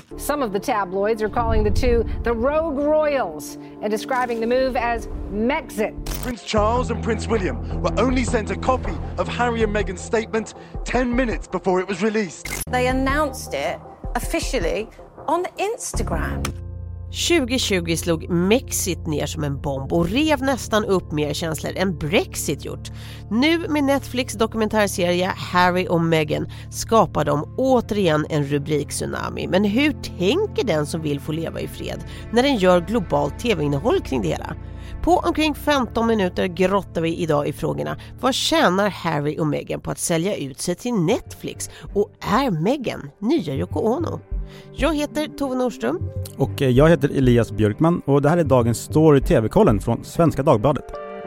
Some of the tabloids are calling the two the Rogue Royals and describing the move as Mexit. Prince Charles and Prince William were only sent a copy of Harry and Meghan's statement 10 minutes before it was released. They announced it officially on Instagram. 2020 slog Mexit ner som en bomb och rev nästan upp mer känslor än Brexit gjort. Nu med Netflix dokumentärserie Harry och Meghan skapar de återigen en rubrik-tsunami. Men hur tänker den som vill få leva i fred när den gör globalt tv-innehåll kring det hela? På omkring 15 minuter grottar vi idag i frågorna. Vad tjänar Harry och Meghan på att sälja ut sig till Netflix? Och är Meghan nya Yoko Ono? Jag heter Tove Nordström. Och jag heter Elias Björkman och det här är dagens Story TV-kollen från Svenska Dagbladet.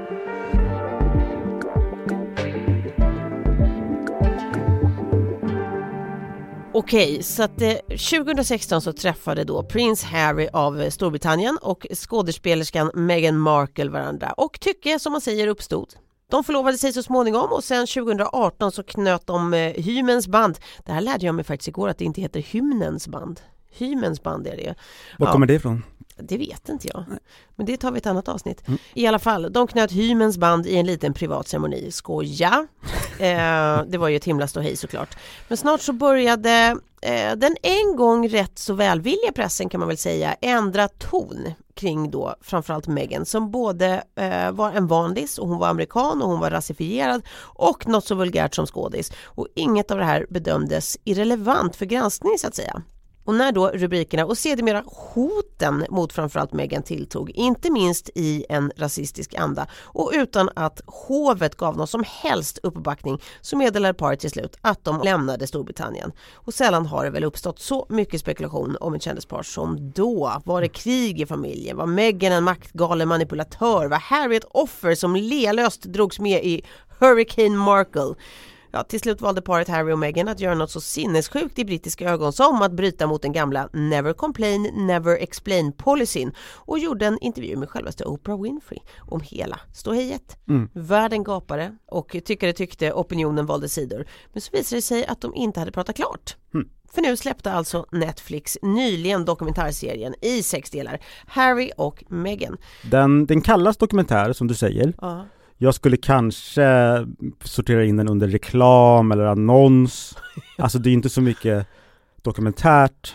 Okej, så att 2016 så träffade då prins Harry av Storbritannien och skådespelerskan Meghan Markle varandra och tycke som man säger uppstod. De förlovade sig så småningom och sen 2018 så knöt de hymens band. Det här lärde jag mig faktiskt igår att det inte heter hymnens band. Hymens band är det. Var kommer det ifrån? Det vet inte jag. Men det tar vi ett annat avsnitt. I alla fall, de knöt hymens band i en liten privat ceremoni. Skoja. Det var ju ett himla ståhej såklart. Men snart så började den en gång rätt så välvilliga pressen kan man väl säga ändra ton kring då framförallt Meghan som både var en vanlis och hon var amerikan och hon var rasifierad och något så vulgärt som skådis. Och inget av det här bedömdes irrelevant för granskning så att säga. Och när då rubrikerna och sedermera hoten mot framförallt Meghan tilltog, inte minst i en rasistisk anda och utan att hovet gav någon som helst uppbackning så meddelade paret till slut att de lämnade Storbritannien. Och sällan har det väl uppstått så mycket spekulation om ett kändispar som då. Var det krig i familjen? Var Meghan en maktgalen manipulatör? Var Harry ett offer som lelöst drogs med i Hurricane Markle? Ja, till slut valde paret Harry och Meghan att göra något så sinnessjukt i brittiska ögon som att bryta mot den gamla Never Complain, Never Explain policyn och gjorde en intervju med självaste Oprah Winfrey om hela ståhejet. Världen gapade och tyckte opinionen valde sidor. Men så visade det sig att de inte hade pratat klart. För nu släppte alltså Netflix nyligen dokumentärserien i 6 delar, Harry och Meghan. Den kallas dokumentär som du säger. Ja. Jag skulle kanske sortera in den under reklam eller annons. Alltså det är inte så mycket dokumentärt.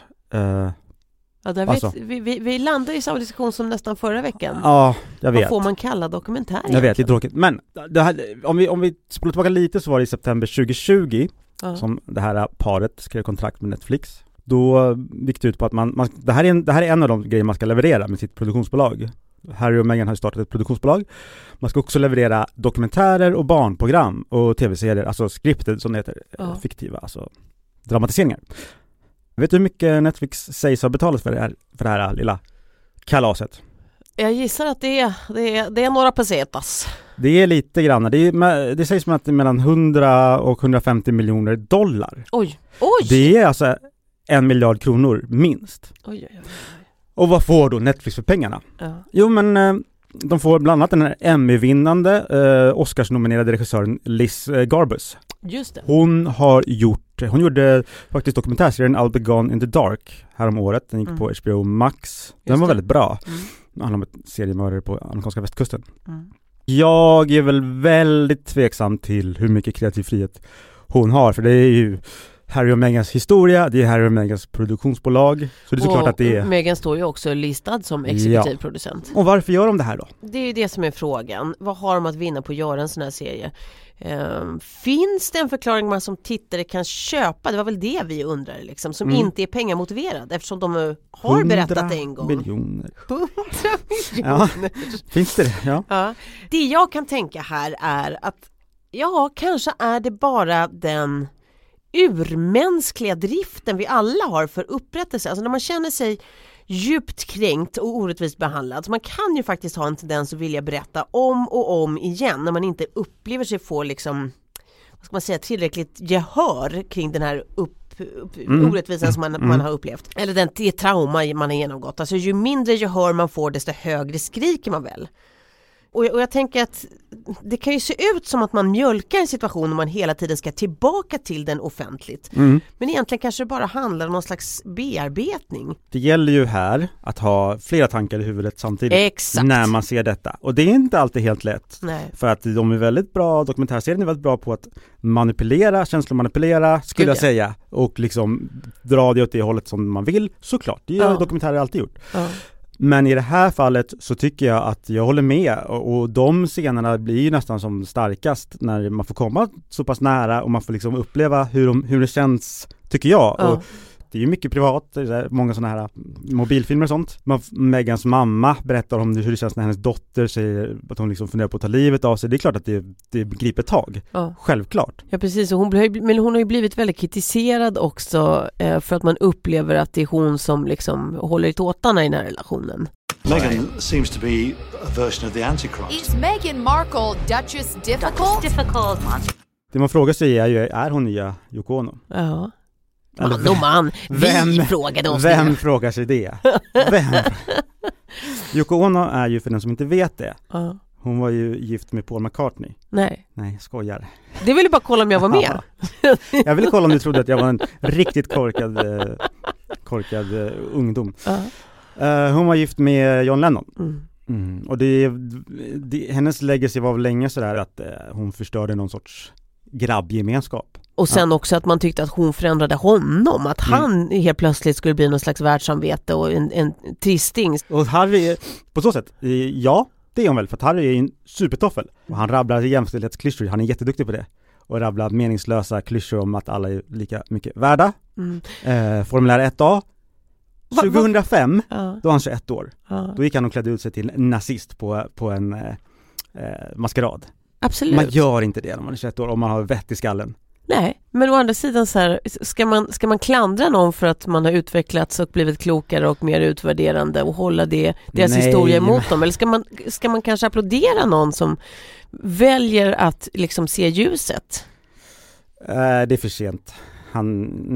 Ja, där alltså. Vi landar i samma diskussion som nästan förra veckan. Ja, jag vet. Vad får man kalla dokumentär? Jag vet, det är tråkigt. Men det här, om vi spolar tillbaka lite så var det i september 2020 som det här paret skrev kontrakt med Netflix. Då gick det ut på att det här är en av de grejer man ska leverera med sitt produktionsbolag. Harry och Meghan har startat ett produktionsbolag. Man ska också leverera dokumentärer och barnprogram och tv-serier, alltså scripted som det heter, fiktiva, alltså dramatiseringar. Vet du hur mycket Netflix sägs ha betalat för det här lilla kalaset? Jag gissar att det är några pesetas. Det är lite grann. Det sägs att det är mellan 100 och 150 miljoner dollar. Oj! Det är alltså 1 miljard kronor minst. Oj. Och vad får då Netflix för pengarna? Ja. Jo, men de får bland annat den här Emmy-vinnande Oscars-nominerade regissören Liz Garbus. Just det. Hon gjorde faktiskt dokumentärserien I'll Be Gone in the Dark härom året. Den gick på HBO Max. Den var väldigt bra. Det handlar om ett seriemördare på amerikanska västkusten. Jag är väl väldigt tveksam till hur mycket kreativ frihet hon har. För det är ju Harry och Meghans historia, det är Harry och Meghans produktionsbolag. Så det är såklart att det är... Meghan står ju också listad som exekutiv producent. Och varför gör de det här då? Det är ju det som är frågan. Vad har de att vinna på att göra en sån här serie? Finns det en förklaring man som tittare kan köpa? Det var väl det vi undrade liksom. Som inte är pengamotiverad eftersom de har berättat det en gång. 100 miljoner. 100 miljoner. Ja, finns det? Ja. Det jag kan tänka här är att kanske är det bara den urmänskliga driften vi alla har för upprättelse. Alltså när man känner sig djupt kränkt och orättvist behandlad. Så man kan ju faktiskt ha en tendens att vilja berätta om och om igen när man inte upplever sig få liksom, vad ska man säga, tillräckligt gehör kring den här orättvisan som man har upplevt. Eller det trauma man har genomgått. Alltså ju mindre gehör man får desto högre skriker man väl. Och jag tänker att det kan ju se ut som att man mjölkar en situation om man hela tiden ska tillbaka till den offentligt. Men egentligen kanske det bara handlar om någon slags bearbetning. Det gäller ju här att ha flera tankar i huvudet samtidigt. Exakt. När man ser detta. Och det är inte alltid helt lätt. Nej. För att de är väldigt bra, dokumentärserien är väldigt bra på att känslomanipulera skulle jag säga. Och liksom dra det åt det hållet som man vill, såklart. Det har dokumentärer alltid gjort. Ja. Men i det här fallet så tycker jag att jag håller med, och de scenerna blir ju nästan som starkast när man får komma så pass nära och man får liksom uppleva hur det känns, tycker jag. Ja. Och det är ju mycket privat, det är många sådana här mobilfilmer och sånt. Megans mamma berättar om hur det känns när hennes dotter säger att hon liksom funderar på att ta livet av sig. Det är klart att det griper tag. Ja. Självklart. Ja, precis. Och men hon har ju blivit väldigt kritiserad också för att man upplever att det är hon som liksom håller i tåtarna i den här relationen. Meghan seems to be a version of the Antichrist. Is Meghan Markle Duchess difficult? Det man frågar sig är ju, är hon nya Yoko Ono? Ja. Man. Vi frågade oss Vem det. frågar sig det? Vem? Yoko Ono är ju, för den som inte vet det, hon var ju gift med Paul McCartney. Nej, skojar. Det ville bara kolla om jag var med. Jag ville kolla om du trodde att jag var en riktigt korkad ungdom. Hon var gift med John Lennon. Och hennes legacy var väl länge sådär att hon förstörde någon sorts grabbgemenskap. Och sen också att man tyckte att hon förändrade honom. Att han helt plötsligt skulle bli någon slags världssamvete och en tristing. Och Harry, på så sätt, ja, det är hon väl. För att Harry är en supertoffel. Och han rabblar jämställdhetsklyschor. Han är jätteduktig på det. Och rabblar meningslösa klyschor om att alla är lika mycket värda. Formulär 1A. 2005, då var han 21 år. Då gick han och klädde ut sig till nazist på en maskerad. Absolut. Man gör inte det när man är 21 år om man har vett i skallen. Nej, men å andra sidan så här, ska man klandra någon för att man har utvecklats och blivit klokare och mer utvärderande och hålla deras historia emot dem? Eller ska man kanske applådera någon som väljer att liksom se ljuset? Det är för sent. Han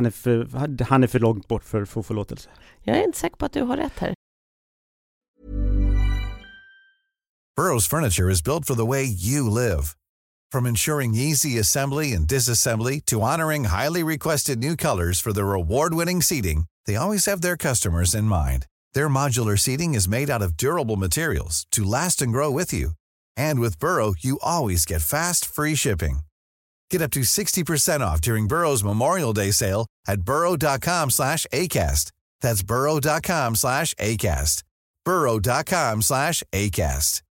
är för långt bort för att få förlåtelse. Jag är inte säker på att du har rätt här. Burrow's furniture is built for the way you live. From ensuring easy assembly and disassembly to honoring highly requested new colors for their award-winning seating, they always have their customers in mind. Their modular seating is made out of durable materials to last and grow with you. And with Burrow, you always get fast, free shipping. Get up to 60% off during Burrow's Memorial Day sale at burrow.com/ACAST. That's burrow.com/ACAST. burrow.com/ACAST.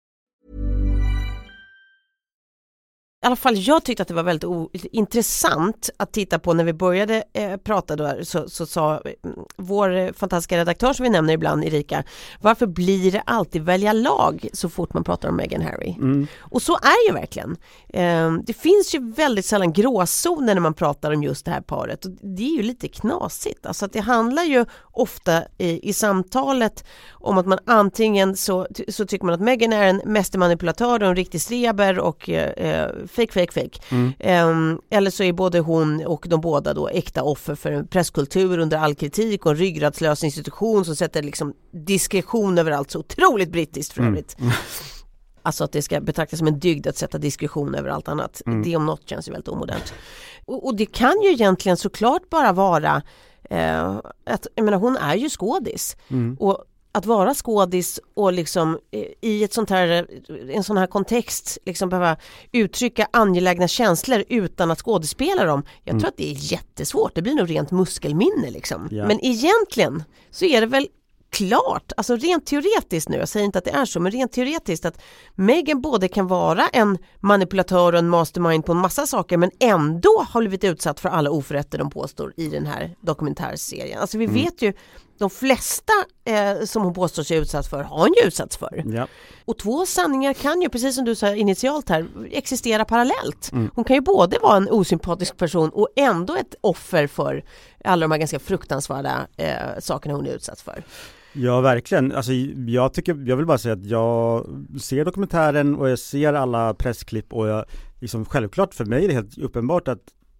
I alla fall jag tyckte att det var väldigt intressant att titta på när vi började prata då, så sa vår fantastiska redaktör som vi nämner ibland, Erika, varför blir det alltid välja lag så fort man pratar om Meghan Harry? Och så är ju verkligen. Det finns ju väldigt sällan gråzoner när man pratar om just det här paret, och det är ju lite knasigt. Alltså att det handlar ju ofta i samtalet om att man antingen så tycker man att Meghan är en mästermanipulatör och en riktig streber och fake. Eller så är både hon och de båda då äkta offer för en presskultur under all kritik och en ryggradslös institution som sätter liksom diskretion överallt, så otroligt brittiskt för övrigt. Alltså att det ska betraktas som en dygd att sätta diskussion över allt annat. Det om något känns ju väldigt omodernt. Och det kan ju egentligen såklart bara vara att, jag menar, hon är ju skådis. Och att vara skådis och liksom i en sån här kontext liksom behöva uttrycka angelägna känslor utan att skådespela dem. Jag tror att det är jättesvårt. Det blir nog rent muskelminne liksom. Ja. Men egentligen så är det väl klart, alltså rent teoretiskt nu, jag säger inte att det är så, men rent teoretiskt att Meghan både kan vara en manipulatör och en mastermind på en massa saker, men ändå har blivit utsatt för alla oförrätter de påstår i den här dokumentärserien. Alltså vi vet ju, de flesta som hon påstår sig utsatt för har hon ju utsatts för. Ja. Och två sanningar kan ju, precis som du sa initialt här, existera parallellt. Hon kan ju både vara en osympatisk person och ändå ett offer för alla de här ganska fruktansvärda sakerna hon är utsatt för. Ja, verkligen. Alltså, jag vill bara säga att jag ser dokumentären och jag ser alla pressklipp och jag, liksom, självklart för mig är det helt uppenbart att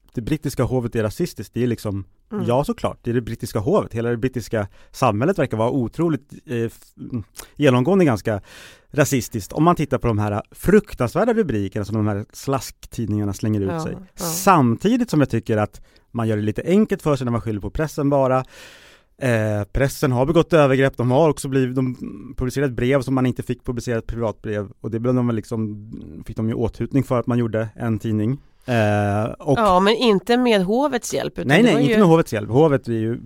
det brittiska hovet är rasistiskt. Det är liksom, ja såklart, det är det brittiska hovet. Hela det brittiska samhället verkar vara otroligt genomgående ganska rasistiskt. Om man tittar på de här fruktansvärda rubrikerna som de här slasktidningarna slänger ut sig. Samtidigt som jag tycker att man gör det lite enkelt för sig när man skyller på pressen bara. Pressen har begått övergrepp, de publicerat brev som man inte fick publicerat, privatbrev, och det blev de väl liksom, fick de ju åthutning för att man gjorde en tidning. Ja, men inte med hovets hjälp. Utan nej, inte med hovets hjälp. Hovet är ju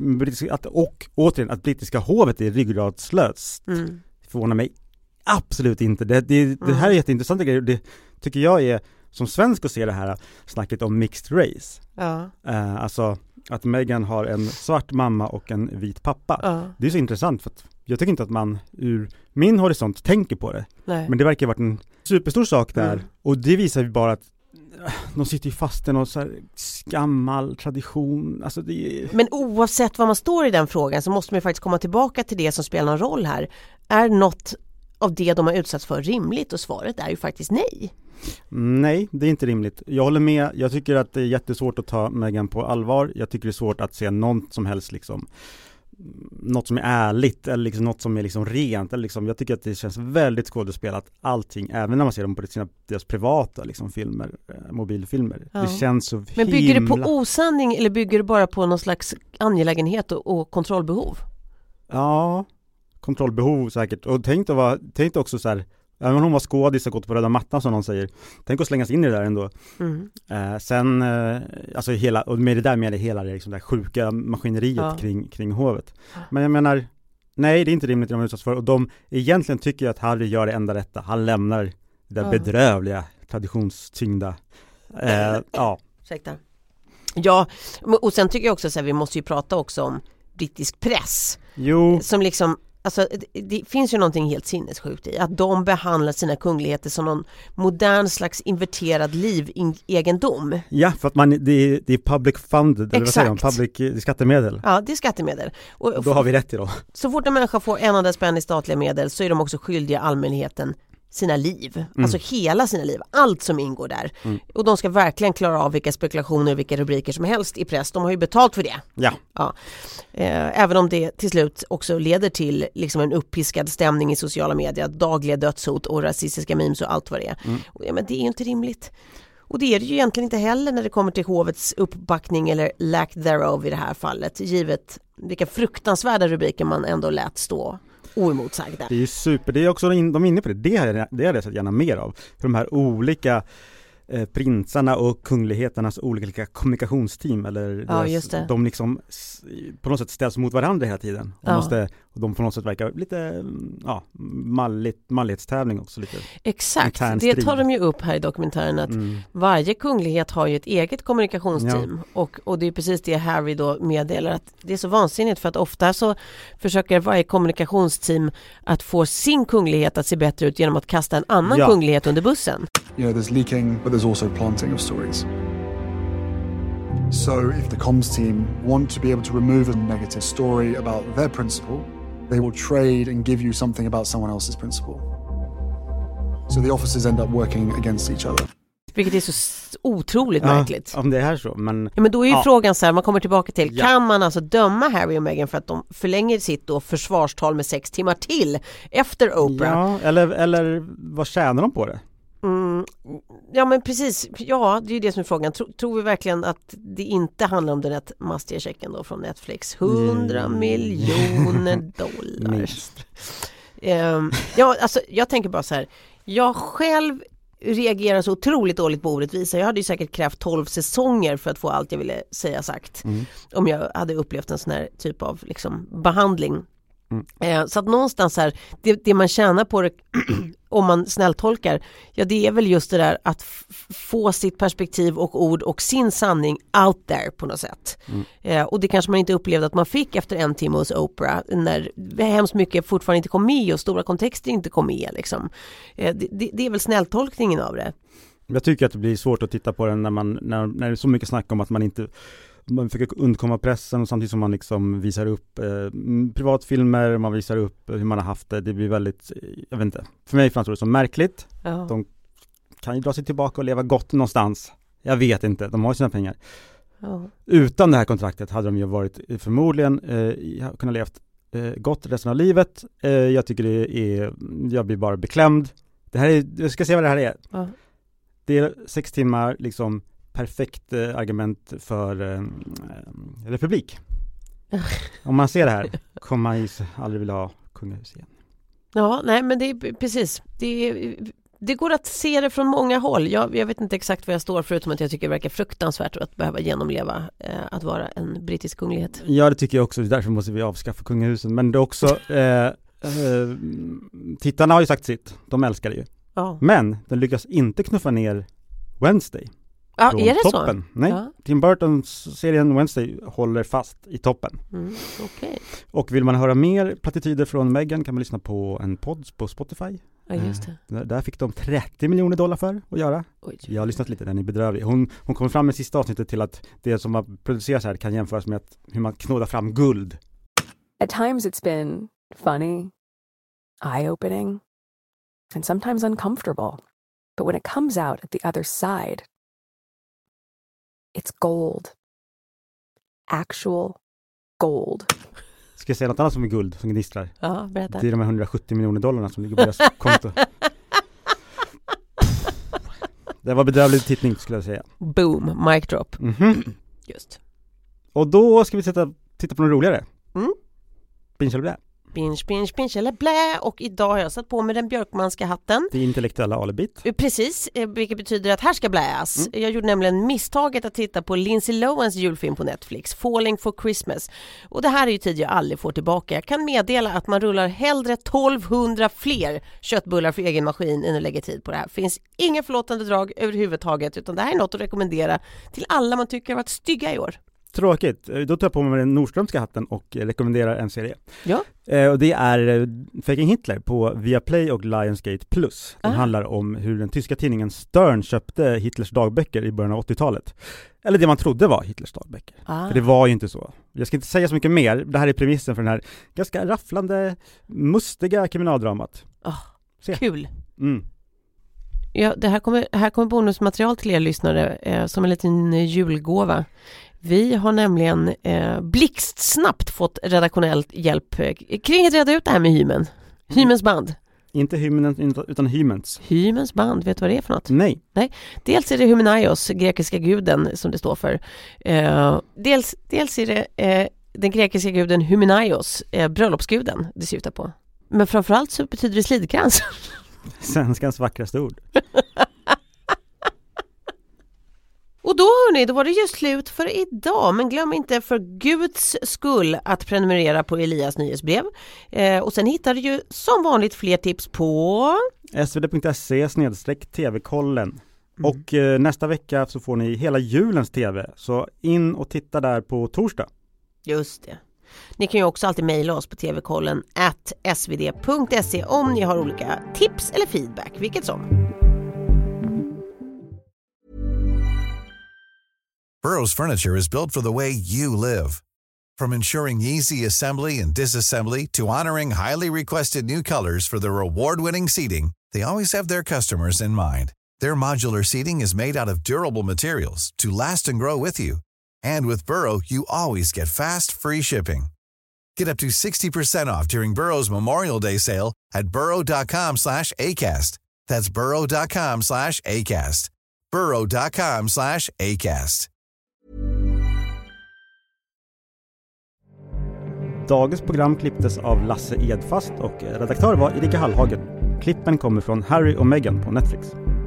att brittiska hovet är ryggradslöst. Förvånar mig absolut inte. Det här är jätteintressant grej. Det tycker jag är som svensk att se det här snacket om mixed race. Alltså att Meghan har en svart mamma och en vit pappa. Det är så intressant för att jag tycker inte att man ur min horisont tänker på det. Nej. Men det verkar ha varit en superstor sak där. Och det visar ju bara att de sitter ju fast i någon så här gammal tradition. Alltså Men oavsett vad man står i den frågan så måste man ju faktiskt komma tillbaka till det som spelar någon roll här. Är något av det de har utsatts för rimligt? Och svaret är ju faktiskt nej. Nej, det är inte rimligt. Jag håller med. Jag tycker att det är jättesvårt att ta Meghan på allvar. Jag tycker det är svårt att se något som helst liksom, något som är ärligt eller liksom något som är liksom rent eller liksom, jag tycker att det känns väldigt skådespelat allting, även när man ser dem på deras privata liksom filmer, mobilfilmer. Det känns så Men bygger det på osanning eller bygger det bara på någon slags angelägenhet och kontrollbehov? Ja, kontrollbehov säkert. Och tänk också så här, även om hon var skådis och gått på röda mattan som någon säger, tänk att slängas in i det där ändå. Sen, alltså och med det där med hela det liksom där sjuka maskineriet kring hovet. Men jag menar, nej, det är inte rimligt det de utsatts för. Och de egentligen tycker att Harry gör det enda rätta. Han lämnar det där bedrövliga, traditionstyngda. Ursäkta. Ja, och sen tycker jag också att vi måste ju prata också om brittisk press. Jo. Som liksom, alltså det finns ju någonting helt sinnessjukt i att de behandlar sina kungligheter som någon modern slags inverterad livegendom. Ja, för att det är public funded, eller vad säger man? Det är skattemedel. Ja, det är skattemedel. Och då har vi rätt i då. Så fort en människa får en enda spänn i statliga medel så är de också skyldiga allmänheten sina liv, alltså hela sina liv, allt som ingår där. Och de ska verkligen klara av vilka spekulationer och vilka rubriker som helst i press. De har ju betalt för det. Ja. Även om det till slut också leder till liksom en uppiskad stämning i sociala medier, dagliga dödshot och rasistiska memes och allt vad det är. Men det är ju inte rimligt. Och det är det ju egentligen inte heller när det kommer till hovets uppbackning eller lack thereof i det här fallet, givet vilka fruktansvärda rubriker man ändå lät stå oemotsagda. Det är ju super, det är också de är inne på det. Det är det sett gärna mer av. För de här olika prinsarna och kungligheternas olika kommunikationsteam eller de liksom på något sätt ställs mot varandra hela tiden. Och de på något sätt verkar lite mallighetstävling också lite. Exakt, det tar de ju upp här i dokumentären att varje kunglighet har ju ett eget kommunikationsteam och det är precis det Harry då meddelar att det är så vansinnigt för att ofta så försöker varje kommunikationsteam att få sin kunglighet att se bättre ut genom att kasta en annan kunglighet under bussen. You know, there's leaking, but there's also planting of stories. So if the comms team want to be able to remove a negative story about their principal, they will trade and give you something about someone else's principal. So the officers end up working against each other. Vilket är så otroligt märkligt. Om det är så, men... Ja, men då är ju frågan så här, man kommer tillbaka till, kan man alltså döma Harry och Meghan för att de förlänger sitt då försvarstal med 6 timmar till efter Oprah? Ja, eller vad tjänar de på det? Ja men precis, ja det är ju det som är frågan. Tror vi verkligen att det inte handlar om den rätt mastiga checken då från Netflix? 100 miljoner dollar. Ja, alltså jag tänker bara så här, jag själv reagerar så otroligt dåligt på orättvisa. Jag hade ju säkert krävt 12 säsonger för att få allt jag ville säga sagt. Om jag hade upplevt en sån här typ av liksom behandling. Så att någonstans här, det man tjänar på det om man snälltolkar, ja det är väl just det där att få sitt perspektiv och ord och sin sanning out there på något sätt. Och det kanske man inte upplevde att man fick efter en timme hos Oprah när hemskt mycket fortfarande inte kom med och stora kontexter inte kom med liksom. Det är väl snälltolkningen av det. Jag tycker att det blir svårt att titta på den när det är så mycket snack om att man försöker undkomma pressen och samtidigt som man liksom visar upp privatfilmer, man visar upp hur man har haft det. Det blir väldigt, jag vet inte, för mig framstår det som märkligt. De kan ju dra sig tillbaka och leva gott någonstans. Jag vet inte, de har sina pengar. Utan det här kontraktet hade de ju varit förmodligen kunnat levt gott resten av livet. Jag tycker jag blir bara beklämd. Det här är, jag ska se vad det här är. Det är 6 timmar liksom perfekt argument för republik. Om man ser det här kommer man ju aldrig vilja ha kungahus igen. Ja, nej men det är precis. Det går att se det från många håll. Jag vet inte exakt var jag står förutom att jag tycker det verkar fruktansvärt att behöva genomleva att vara en brittisk kunglighet. Ja, det tycker jag också. Därför måste vi avskaffa kungahusen. Men det är också tittarna har ju sagt sitt. De älskar det ju. Ja. Men den lyckas inte knuffa ner Wednesday. Ja, är det toppen. Så? Nej, ja. Tim Burtons serien Wednesday håller fast i toppen. Okay. Och vill man höra mer plattityder från Meghan kan man lyssna på en podd på Spotify. Ja, just det. Där fick de $30 miljoner för att göra. Oj. Jag har lyssnat lite, den är bedrövlig. Hon kommer fram med sista avsnittet till att det som har producerats här kan jämföras med hur man knådar fram guld. At times it's been funny, eye-opening, and sometimes uncomfortable. But when it comes out at the other side, it's gold. Actual gold. Ska jag säga något annat som är guld, som gnistrar? Ja, berätta. Det är de här $170 miljoner som ligger på deras konto. Det var bedrövlig tittning skulle jag säga. Boom, mic drop. Just. Och då ska vi titta på något roligare. Binge eller blä? Binge eller blä. Och idag har jag satt på mig den björkmanska hatten. Det intellektuella alibit. Precis, vilket betyder att här ska bläas. Jag gjorde nämligen misstaget att titta på Lindsay Lohans julfilm på Netflix, Falling for Christmas. Och det här är ju tid jag aldrig får tillbaka. Jag kan meddela att man rullar hellre 1200 fler köttbullar för egen maskin än att lägga tid på det här. Finns inga förlåtande drag överhuvudtaget, utan det här är något att rekommendera till alla man tycker har varit stygga i år. Tråkigt. Då tar jag på mig den Nordströmska hatten och rekommenderar en serie. Ja. Och det är Faking Hitler på Viaplay och Lionsgate Plus. Den handlar om hur den tyska tidningen Stern köpte Hitlers dagböcker i början av 80-talet. Eller det man trodde var Hitlers dagböcker. För det var ju inte så. Jag ska inte säga så mycket mer. Det här är premissen för den här ganska rafflande, mustiga kriminaldramat. Kul. Ja, här kommer bonusmaterial till er lyssnare som en liten julgåva. Vi har nämligen blixtsnabbt fått redaktionell hjälp kring att reda ut det här med hymen. Hymens band. Inte hymen utan hymens. Hymens band, vet du vad det är för något? Nej. Dels är det Hymenaios, grekiska guden som det står för. Dels är det den grekiska guden Hymenaios, bröllopsguden det syftar på. Men framförallt så betyder det slidkrans. Svenskans vackraste ord. Och då hörni, då var det ju slut för idag. Men glöm inte för Guds skull att prenumerera på Elias nyhetsbrev. Och sen hittar du ju som vanligt fler tips på svd.se/tv-kollen. Och nästa vecka så får ni hela julens tv. Så in och titta där på torsdag. Just det. Ni kan ju också alltid mejla oss på tvkollen@svd.se om ni har olika tips eller feedback, vilket som. Burrow's furniture is built for the way you live. From ensuring easy assembly and disassembly to honoring highly requested new colors for their award-winning seating, they always have their customers in mind. Their modular seating is made out of durable materials to last and grow with you. And with Burrow, you always get fast, free shipping. Get up to 60% off during Burrow's Memorial Day sale at burrow.com/ACAST. That's burrow.com/ACAST. burrow.com/ACAST. Dagens program klipptes av Lasse Edfast och redaktör var Erika Hallhagen. Klippen kommer från Harry och Meghan på Netflix.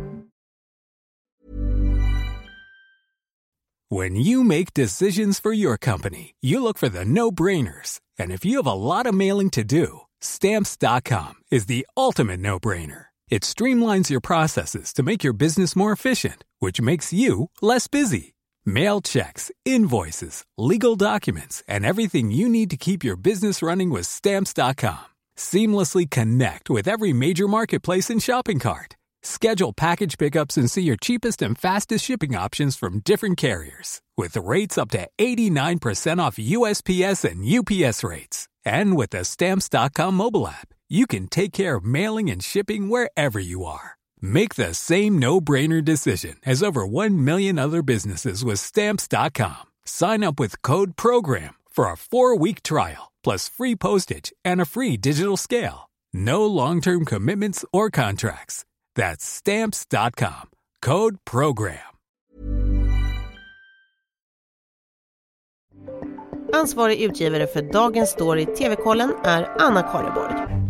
When you make decisions for your company, you look for the no-brainers. And if you have a lot of mailing to do, Stamps.com is the ultimate no-brainer. It streamlines your processes to make your business more efficient, which makes you less busy. Mail checks, invoices, legal documents, and everything you need to keep your business running with Stamps.com. Seamlessly connect with every major marketplace and shopping cart. Schedule package pickups and see your cheapest and fastest shipping options from different carriers. With rates up to 89% off USPS and UPS rates. And with the Stamps.com mobile app, you can take care of mailing and shipping wherever you are. Make the same no-brainer decision as over 1 million other businesses with Stamps.com. Sign up with Code PROGRAM for a 4-week trial, plus free postage and a free digital scale. No long-term commitments or contracts. That's Stamps.com. Code PROGRAM. Ansvarig utgivare för Dagens Story TV-kollen är Anna Kareborg.